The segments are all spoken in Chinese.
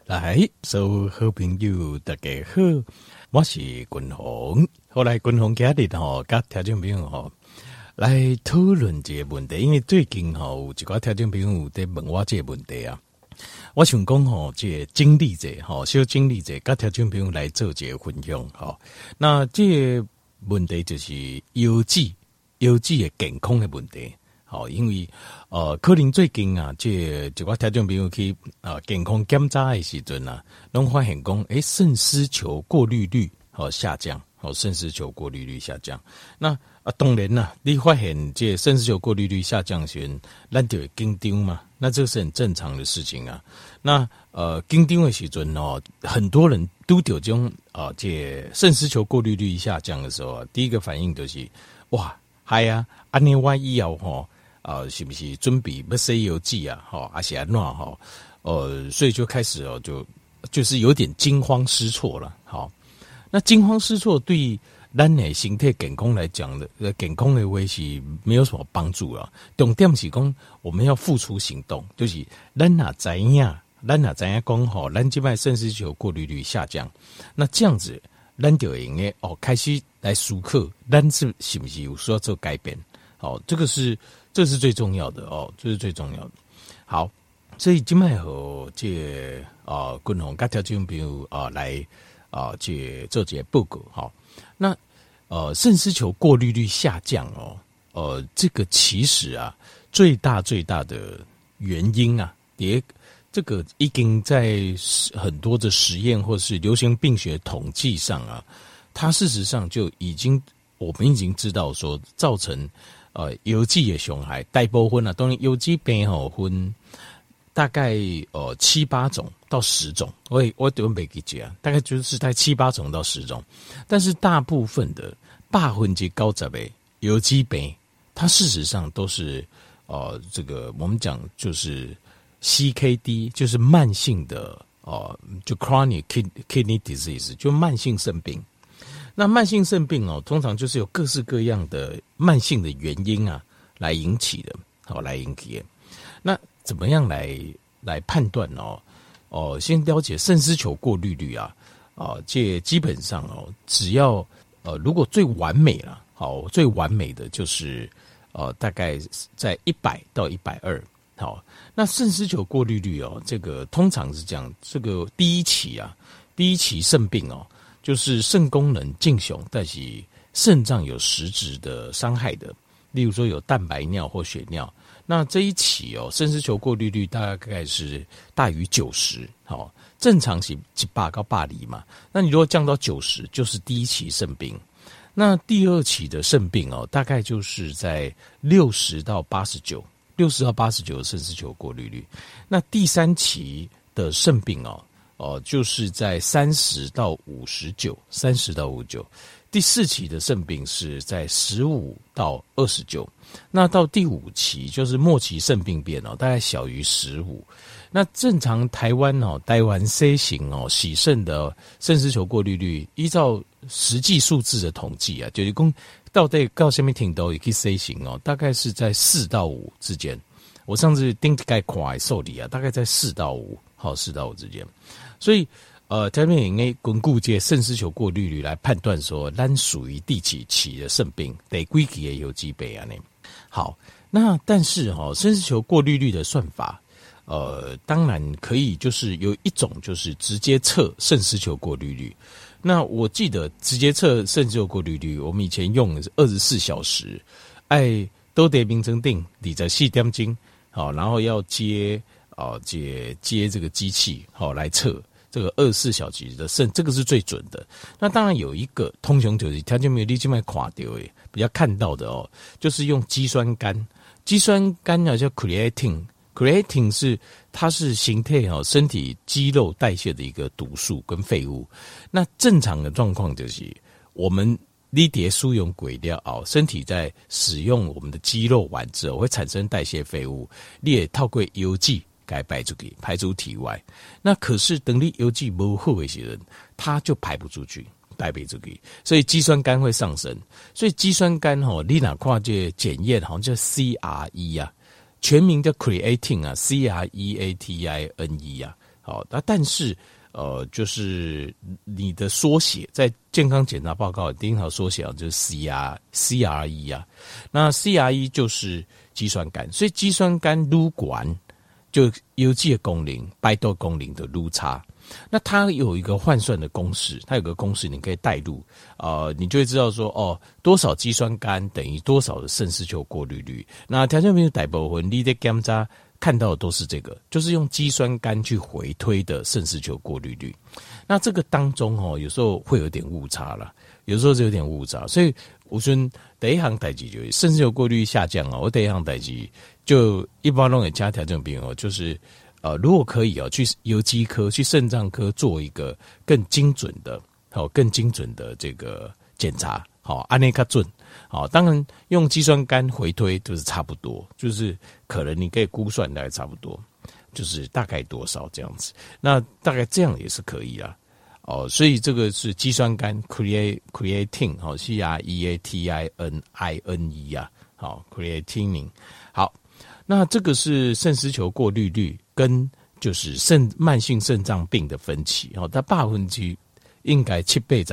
来，所有好朋友大家好，我是君鸿。后来君鸿今日吼，甲听众朋友吼来讨论这个问题，因为最近吼有一个听众朋友在问我这个问题啊。我想讲吼，这个经历者吼，小经历者，甲听众朋友来做这个分享吼。那这个问题就是腰子的健康的问题。好，因为可能最近啊，这一个听众朋友去健康检查的时阵啊，拢发现讲，肾丝球过滤率下降，肾丝球过滤率下降。那当然啦，你发现这肾丝球过滤率下降时，咱就会紧张嘛，那这是很正常的事情啊。那紧张的时阵哦，很多人都有这种这肾丝球过滤率下降的时候啊，第一个反应就是哇，嗨啊，安尼我以后吼。是不是准备要洗油剂啊？还是安怎哈？所以就开始就是有点惊慌失措了。好，那惊慌失措对咱的身体健康来讲的健康的话是没有什么帮助啊。重点是讲我们要付出行动，就是咱哪知影讲吼，咱这摆肾丝球过滤率下降，那这样子咱就应该开始来思考，咱是不是有需要做改变？好，这是最重要的哦，这是最重要的。好，所以今麦和这君鸿甲听众朋友来这做这报告。好，那肾丝球过滤率下降这个其实啊最大的原因啊，也这个已经在很多的实验或是流行病学统计上啊，它事实上就我们已经知道说造成。腰子的伤害大部分啊，当然腰子病分大概7、8种到10种，我都没记住啊，大概就是在7、8种到10种，但是大部分的90%的腰子病，它事实上都是这个我们讲就是 CKD， 就是慢性的就 chronic kidney disease， 就慢性肾病。那慢性肾病通常就是有各式各样的慢性的原因啊来引起的，那怎么样来判断先了解肾丝球过滤率啊，这基本上只要如果最完美了，最完美的就是大概在100到120。好，那肾丝球过滤率这个通常是这样，这个第一期肾病就是肾功能正常，但是肾脏有实质的伤害的，例如说有蛋白尿或血尿。那这一期肾丝球过滤率大概是大于90，正常是100到120嘛。那你如果降到90，就是第一期肾病。那第二期的肾病大概就是在60到89的肾丝球过滤率。那第三期的肾病就是在30到59，第四期的肾病是在15到29，那到第5期就是末期肾病变大概小于15。那正常台湾 C 型洗肾的肾丝球过滤率，依照实际数字的统计啊，就是说到底到什么程度也可以 C 型大概是在4到5之间。我上次盯概看的受理啊，大概在4到5之间。所以这边应该巩固这肾丝球过滤率来判断说，咱属于第几期的肾病，第几期的腰子病啊呢？好，那但是肾丝球过滤率的算法，当然可以，就是有一种就是直接测肾丝球过滤率。那我记得直接测肾丝球过滤率，我们以前用的是24小时，都得名称定24点钟，好，然后要接这个机器来测这个24小时的肾，这个是最准的。那当然有一个通常就是条件没有你这么看到的比较看到的就是用肌酸酐叫 creatine 是它是形态身体肌肉代谢的一个毒素跟废物。那正常的状况就是我们你在使用过了身体在使用我们的肌肉完之后会产生代谢废物，你也透过油剂该排出体外。那可是等你油剂不好的时候，它就排不出去，所以肌酸酐会上升。所以肌酸酐你哪看这检验好像叫 CRE 啊，全名叫 creatine 啊 ，CREATINE 啊好，但是就是你的缩写在健康检查报告第一条缩写就是 CRE 啊，那 CRE 就是肌酸酐，所以肌酸酐愈悬就有这个功能，拜豆功能的愈差。那它有一个换算的公式，它有个公式你可以带入，你就会知道说多少肌酸酐等于多少的肾丝球过滤率。那条件病大部分你在检查看到的都是这个，就是用肌酸酐去回推的肾丝球过滤率。那这个当中有时候会有点误差啦，有时候就有点误差，所以我说第一项代志就是肾丝球过滤率下降我第一项代志就一般都给加条件病就是如果可以去游击科、去肾脏科做一个更精准的这个检查，好，按那个准，好，当然用肌酸酐回推就是差不多，就是可能你可以估算大概差不多，就是大概多少这样子，那大概这样也是可以啦，所以这个是肌酸酐 creatine 好 creatine 啊，好 creatinine， 好。那这个是肾丝球过滤率跟就是慢性肾脏病的分歧，它80%应该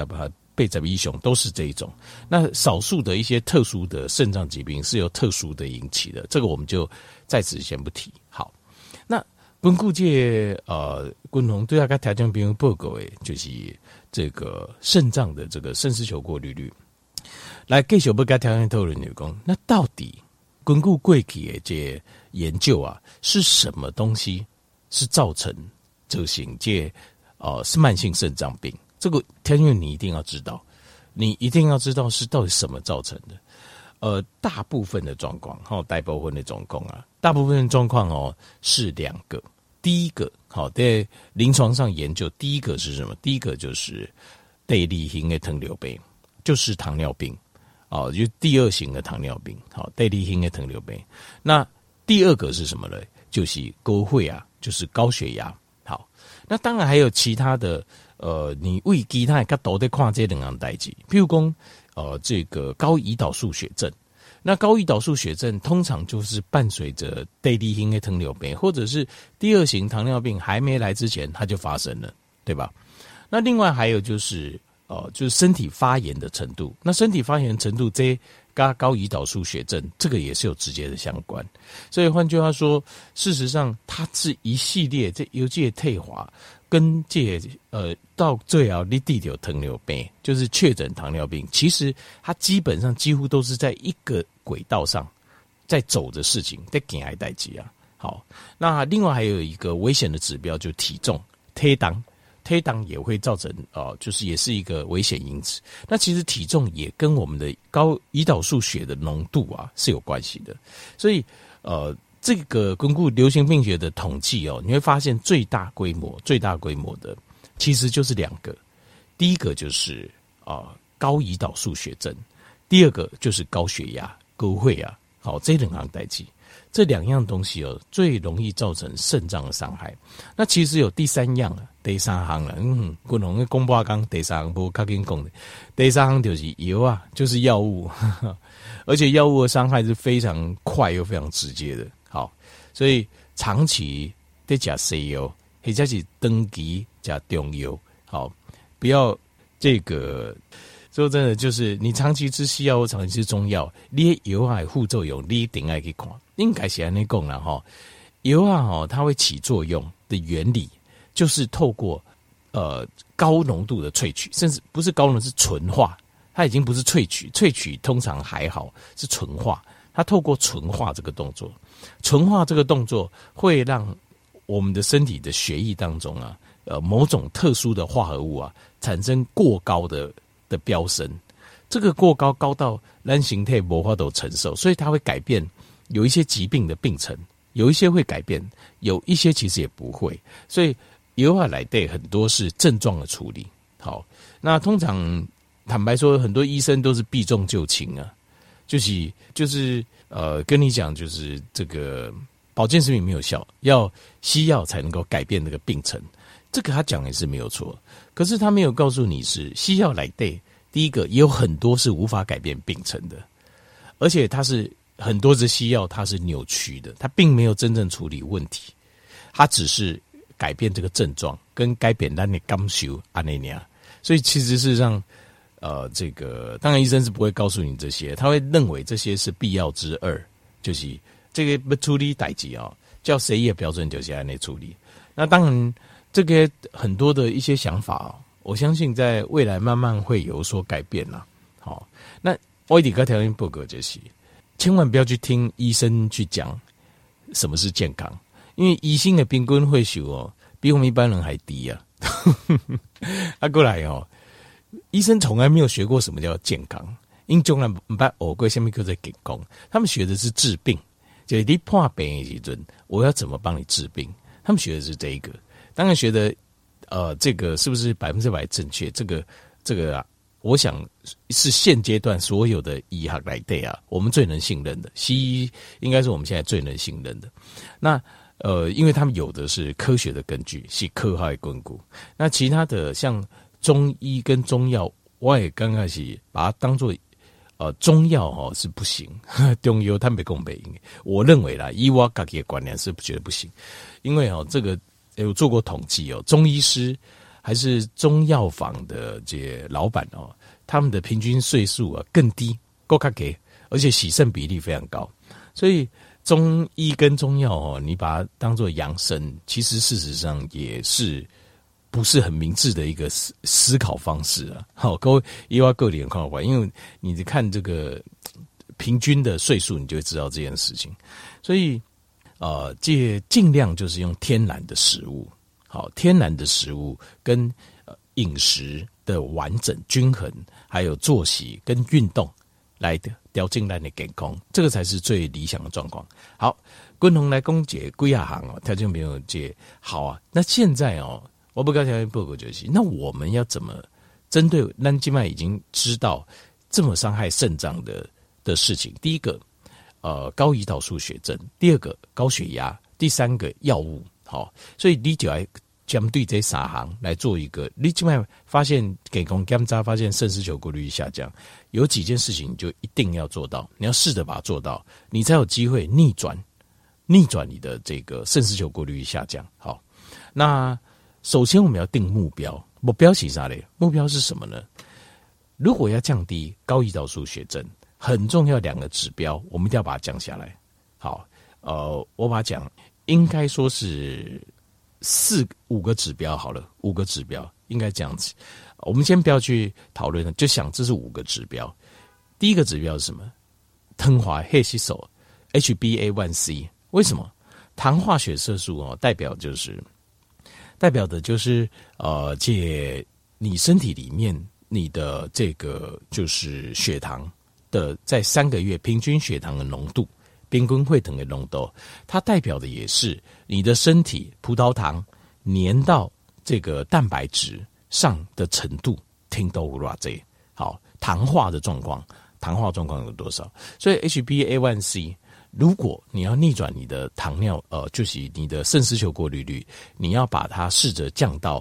7%以上都是这一种。那少数的一些特殊的肾脏疾病是由特殊的引起的，这个我们就在此先不提。好，那根据这君鸿对他个条件病报告就是这个肾脏的这个肾丝球过滤率，来继续要跟条件讨论就讲，那到底根据过去的这研究啊，是什么东西是造成这是慢性肾脏病？这个天运你一定要知道，你一定要知道是到底什么造成的。大部分的状况，大部分的状况啊，大部分的状况是2个。第一个，在临床上研究，第一个是什么？第一个就是第二型的糖尿病，就是糖尿病。就第2型的糖尿病，第2型的糖尿病。那第2个是什么呢？就是高血压，就是高血压。好，那当然还有其他的，你为其他的角度在看这2样代志，譬如说，这个高胰岛素血症。那高胰岛素血症通常就是伴随着第2型的糖尿病，或者是第2型糖尿病还没来之前它就发生了，对吧？那另外还有就是身体发炎的程度，那身体发炎程度这跟高胰岛素血症这个也是有直接的相关，所以换句话说，事实上它是一系列这由这退化跟这到最后你得有糖尿病，就是确诊糖尿病，其实它基本上几乎都是在一个轨道上在走的事情，在行的代志啊。好，那另外还有一个危险的指标就是体重，推挡也会造成就是也是一个危险因子。那其实体重也跟我们的高胰岛素血的浓度啊是有关系的。所以这个根据流行病学的统计你会发现最大规模的其实就是2个，第一个就是高胰岛素血症，第2个就是高血压、高血压。好，这2样代志。这2样东西最容易造成肾脏的伤害。那其实有第3样第3项了，君鸿的公报刚第3项不较紧讲的，第3项就是药啊，就是药物，而且药物的伤害是非常快又非常直接的。好，所以长期在吃西药，或者是长期吃中药，好，不要这个。说真的，就是你长期吃西药或长期吃中药，你的药的副作用你一定要去看，应该是这样讲啦齁。药它会起作用的原理，就是透过高浓度的萃取，甚至不是高浓度是纯化，它已经不是萃取通常还好，是纯化。它透过纯化这个动作，会让我们的身体的血液当中某种特殊的化合物产生过高的飙升，这个过高到咱形态没法都承受，所以它会改变有一些疾病的病程，有一些会改变，有一些其实也不会，所以药物来对很多是症状的处理。好，那通常坦白说，很多医生都是避重就轻啊，就是跟你讲，就是这个保健食品没有效，要西药才能够改变那个病程。这个他讲也是没有错，可是他没有告诉你是西药来对，第一个也有很多是无法改变病程的，而且它是很多的西药它是扭曲的，它并没有真正处理问题，它只是改变这个症状，跟改变咱的感受安尼样。所以其实事实上，这个当然医生是不会告诉你这些，他会认为这些是必要之恶，就是这个不处理代志啊，叫谁也标准就是安尼处理。那当然，这个很多的一些想法，我相信在未来慢慢会有所改变啦。好，那我一定跟条件报告就是，千万不要去听医生去讲什么是健康，因为医生的平均岁数比我们一般人还低啊。过来医生从来没有学过什么叫健康，因从来不学过什么叫做健康，他们学的是治病，就是你破病的时候，我要怎么帮你治病。他们学的是这一个，当然学的，这个是不是100%正确？这个啊，我想是现阶段所有的医学来对啊，我们最能信任的西医，应该是我们现在最能信任的。那因为他们有的是科学的根据，是科学的根据。那其他的像中医跟中药，我也刚开始把它当作中药是不行，中药他没跟我们我认为啦，以我自己的观念是觉得不行，因为这个有做过统计中医师还是中药房的这些老板他们的平均岁数更低，够卡给，而且洗肾比例非常高，所以中医跟中药你把它当作养生，其实事实上也是不是很明智的一个思考方式啊。好，各位以我个人看法，因为你看这个平均的岁数，你就会知道这件事情。所以尽量就是用天然的食物，好，天然的食物跟饮食的完整均衡，还有作息跟运动来调整咱的健康，这个才是最理想的状况。好，君宏来讲解几啊行条件没有解好啊。那现在我不告条件报告就是，那我们要怎么针对咱现在已经知道这么伤害肾脏的事情？第一个，高胰岛素血症；第二个，高血压；第三个，药物。好，所以你就要针对这3行来做一个。你现在发现健康检查发现肾丝球过滤下降，有几件事情你就一定要做到，你要试着把它做到，你才有机会逆转你的这个肾丝球过滤下降。好，那首先我们要定目标，目标是啥嘞？目标是什么呢？如果要降低高胰岛素血症，很重要2个指标，我们一定要把它降下来。好，我把它讲，应该说是5个指标好了，5个指标应该这样子。我们先不要去讨论了，就想这是5个指标。第一个指标是什么？糖化血色素 HbA1c。为什么？糖化血色素代表的就是借你身体里面你的这个就是血糖的在3个月平均血糖的浓度，平均血糖的浓度，它代表的也是你的身体葡萄糖粘到这个蛋白质上的程度，听到有多少？好，糖化状况有多少？所以 HbA1c。如果你要逆转你的糖尿就是你的肾丝球过滤率，你要把它试着降到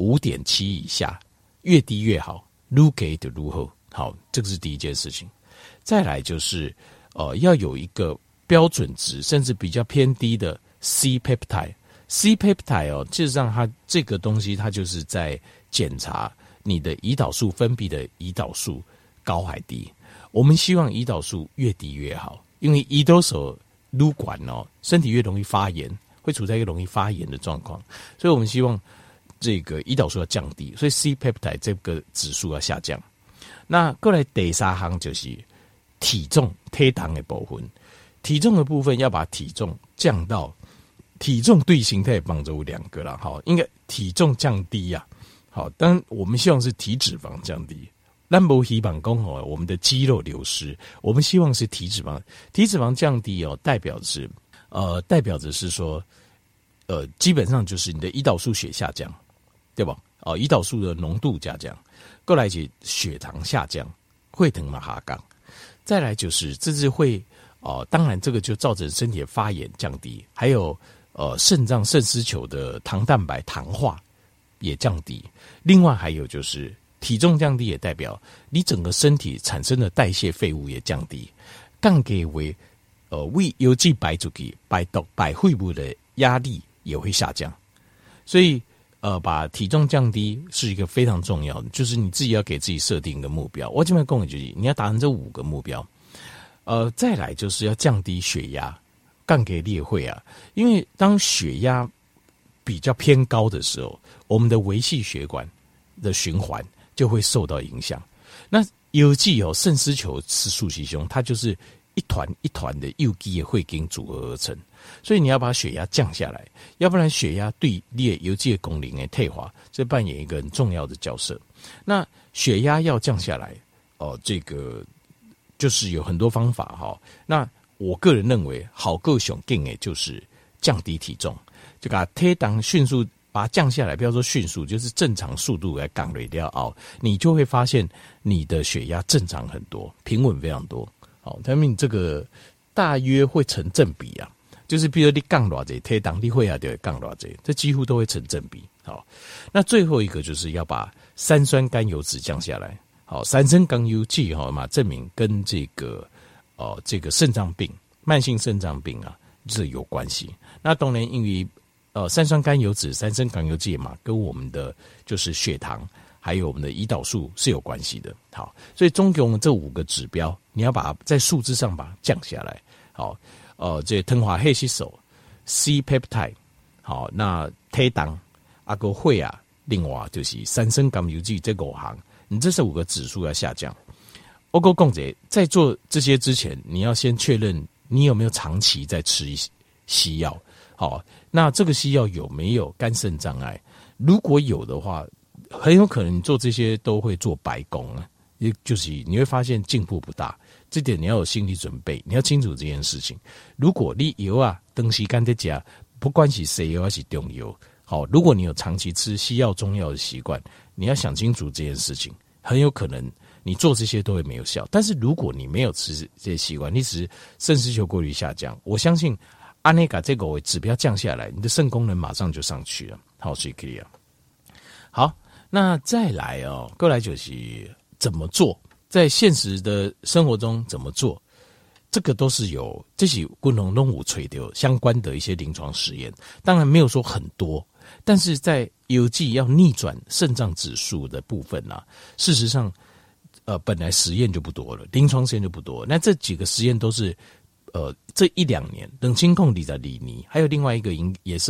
5.7 以下，越低越好，越低就越好。好，这个是第一件事情。再来就是要有一个标准值，甚至比较偏低的 C peptide。C peptide事实上它这个东西它就是在检查你的胰岛素分泌的胰岛素高还低。我们希望胰岛素越低越好。因为胰岛素撸管身体越容易发炎，会处在一个容易发炎的状况，所以我们希望这个胰岛素要降低，所以 C peptide 这个指数要下降。那过来第3行就是体重体重的部分，体重的部分要把体重降到，体重对形态帮助2个啦，好，应该体重降低啊，好，当然我们希望是体脂肪降低。咱不希望讲我们的肌肉流失，我们希望是体脂肪降低代表着是说基本上就是你的胰岛素血下降，对吧？胰岛素的浓度下降，过来是血糖下降，血糖嘛下降，再来就是这是会当然这个就造成身体的发炎降低，还有肾丝球的糖蛋白糖化也降低，另外还有就是体重降低也代表你整个身体产生的代谢废物也降低，降低为胃邮寄排出去排肺部的压力也会下降， 所以把体重降低是一个非常重要的，就是你自己要给自己设定一个目标。我这边跟你就是你要达成这5个目标。再来就是要降低血压，降给裂会啊，因为当血压比较偏高的时候，我们的微细血管的循环就会受到影响。那有记肾丝球是竖脊胸，它就是一团一团的有机的血筋组合而成，所以你要把血压降下来，要不然血压对你有机的功能的退化，这扮演一个很重要的角色。那血压要降下来，这个就是有很多方法哈。那我个人认为，好够上劲的就是降低体重，就把体重迅速把它降下来，不要说迅速，就是正常速度来降了掉你就会发现你的血压正常很多，平稳非常多。好，他们这个大约会成正比啊，就是比如你降多少，体重你会就会降多少，这几乎都会成正比。好，那最后一个就是要把三酸甘油酯降下来。好，三酸甘油酯证明跟这个肾脏病、慢性肾脏病啊这有关系。那当然因为三酸甘油酯、三酸甘油酯嘛，跟我们的就是血糖还有我们的胰岛素是有关系的。好，所以总共这5个指标，你要把在数字上把它降下来。好，这糖化血色素 C peptide， 好，那体重个血啊，另外就是三酸甘油酯这5项，你这是5个指数要下降。我讲在做这些之前，你要先确认你有没有长期在吃西药。好，那这个西药有没有肝肾障碍？如果有的话，很有可能你做这些都会做白工啊，也就是你会发现进步不大。这点你要有心理准备，你要清楚这件事情。如果你油啊，长时间在吃，不管是西药还是中药，好，如果你有长期吃西药、中药的习惯，你要想清楚这件事情，很有可能你做这些都会没有效。但是如果你没有吃这些习惯，你只是肾丝球过滤下降，我相信按那个这个指标降下来，你的肾功能马上就上去了。好，所以可以啊。好，那再来过来就是怎么做，在现实的生活中怎么做，这个都是有这些共同动物垂钓相关的一些临床实验，当然没有说很多，但是在有机要逆转肾脏指数的部分啊，事实上本来实验就不多了，临床实验就不多，那这几个实验都是这1-2年冷清控里在里尼，还有另外一个应该也是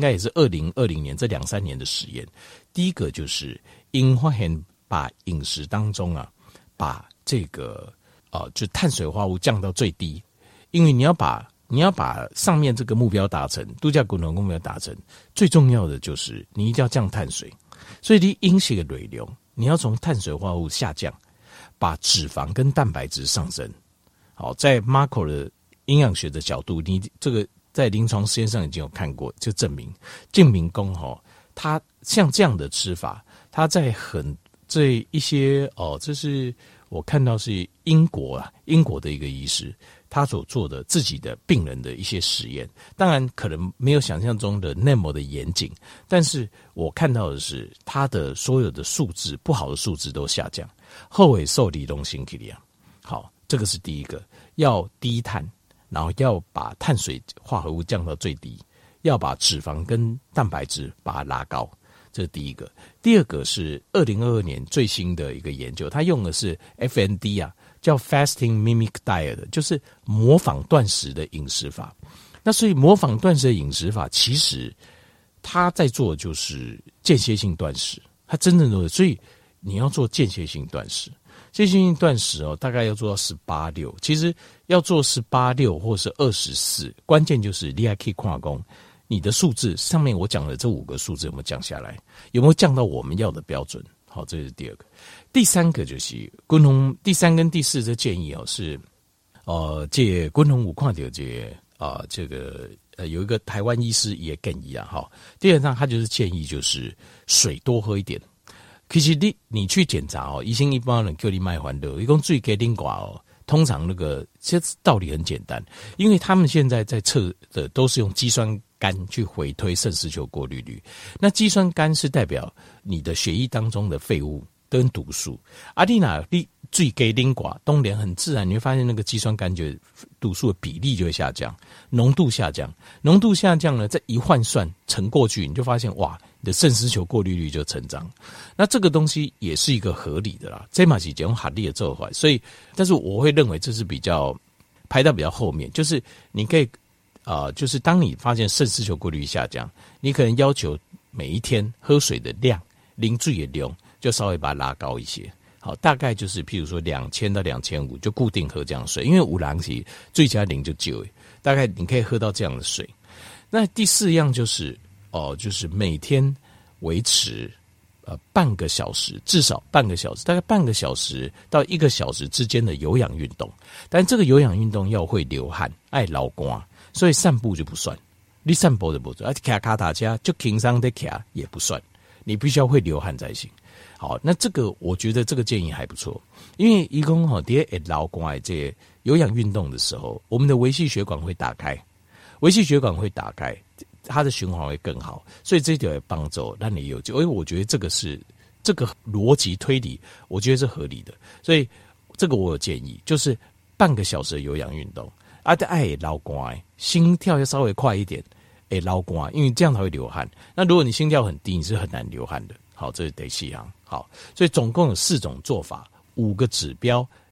2020年这2-3年的实验。第一个就是因发现把饮食当中啊，把这个就碳水化合物降到最低，因为你要把上面这个目标达成，度假共同目标达成，最重要的就是你一定要降碳水，所以你饮食的内容你要从碳水化合物下降，把脂肪跟蛋白质上升。好，在 Marco 的营养学的角度，你这个在临床实验上已经有看过，就证明公他像这样的吃法，他在这一些这是我看到是英国的一个医师他所做的自己的病人的一些实验，当然可能没有想象中的那么的严谨，但是我看到的是他的所有的数字，不好的数字都下降，后尾受理动心体量。好，这个是第一个，要低碳，然后要把碳水化合物降到最低，要把脂肪跟蛋白质把它拉高，这是第一个。第二个是2022年最新的一个研究，它用的是 FND 叫 Fasting Mimic Diet， 就是模仿断食的饮食法。那所以模仿断食的饮食法，其实它在做的就是间歇性断食，它真正的，所以你要做间歇性断食。间歇性断食大概要做到18-6，其实要做18-6或是24，关键就是你还可以跨工，你的数字上面我讲的这5个数字有没有降下来，有没有降到我们要的标准。好，这是第二个。第三个就是第3跟第4的建议是这昆同有看到这个有一个台湾医师也建议第二上他就是建议就是水多喝一点。其实你去检查医生一般人叫你卖欢乐，一共最给丁寡通常那个其实道理很简单，因为他们现在在测的都是用肌酸酐去回推肾丝球过滤率，那肌酸酐是代表你的血液当中的废物跟毒素，你最给零寡冬莲很自然，你会发现那个肌酸酐觉度数的比例就会下降，浓度下降呢，再一换算乘过去，你就发现哇，你的肾丝球过滤率就成长。那这个东西也是一个合理的啦，这嘛是用合理的做法，所以，但是我会认为这是比较排到比较后面，就是你可以就是当你发现肾丝球过滤率下降，你可能要求每一天喝水的量、啉水的量就稍微把它拉高一些。好，大概就是譬如说2000到2500就固定喝这样水，因为有人是最佳0就9，大概你可以喝到这样的水。那第4样就是就是每天维持半个小时，至少半个小时，大概半个小时到1个小时之间的有氧运动，但这个有氧运动要会流汗，爱流汗，所以散步就不算，你散步就不算，骑脚踏车就轻松的骑也不算，你必须要会流汗才行。好，那这个我觉得这个建议还不错，因为一共在流汗这些有氧运动的时候，我们的微细血管会打开，它的循环会更好，所以这一点也帮助让你有救。因为我觉得这个是这个逻辑推理，我觉得是合理的，所以这个我有建议，就是半个小时的有氧运动，爱流汗，心跳要稍微快一点，流汗，因为这样才会流汗。那如果你心跳很低，你是很难流汗的。好，这是第4项。好，所以总共有4种做法，5个指标，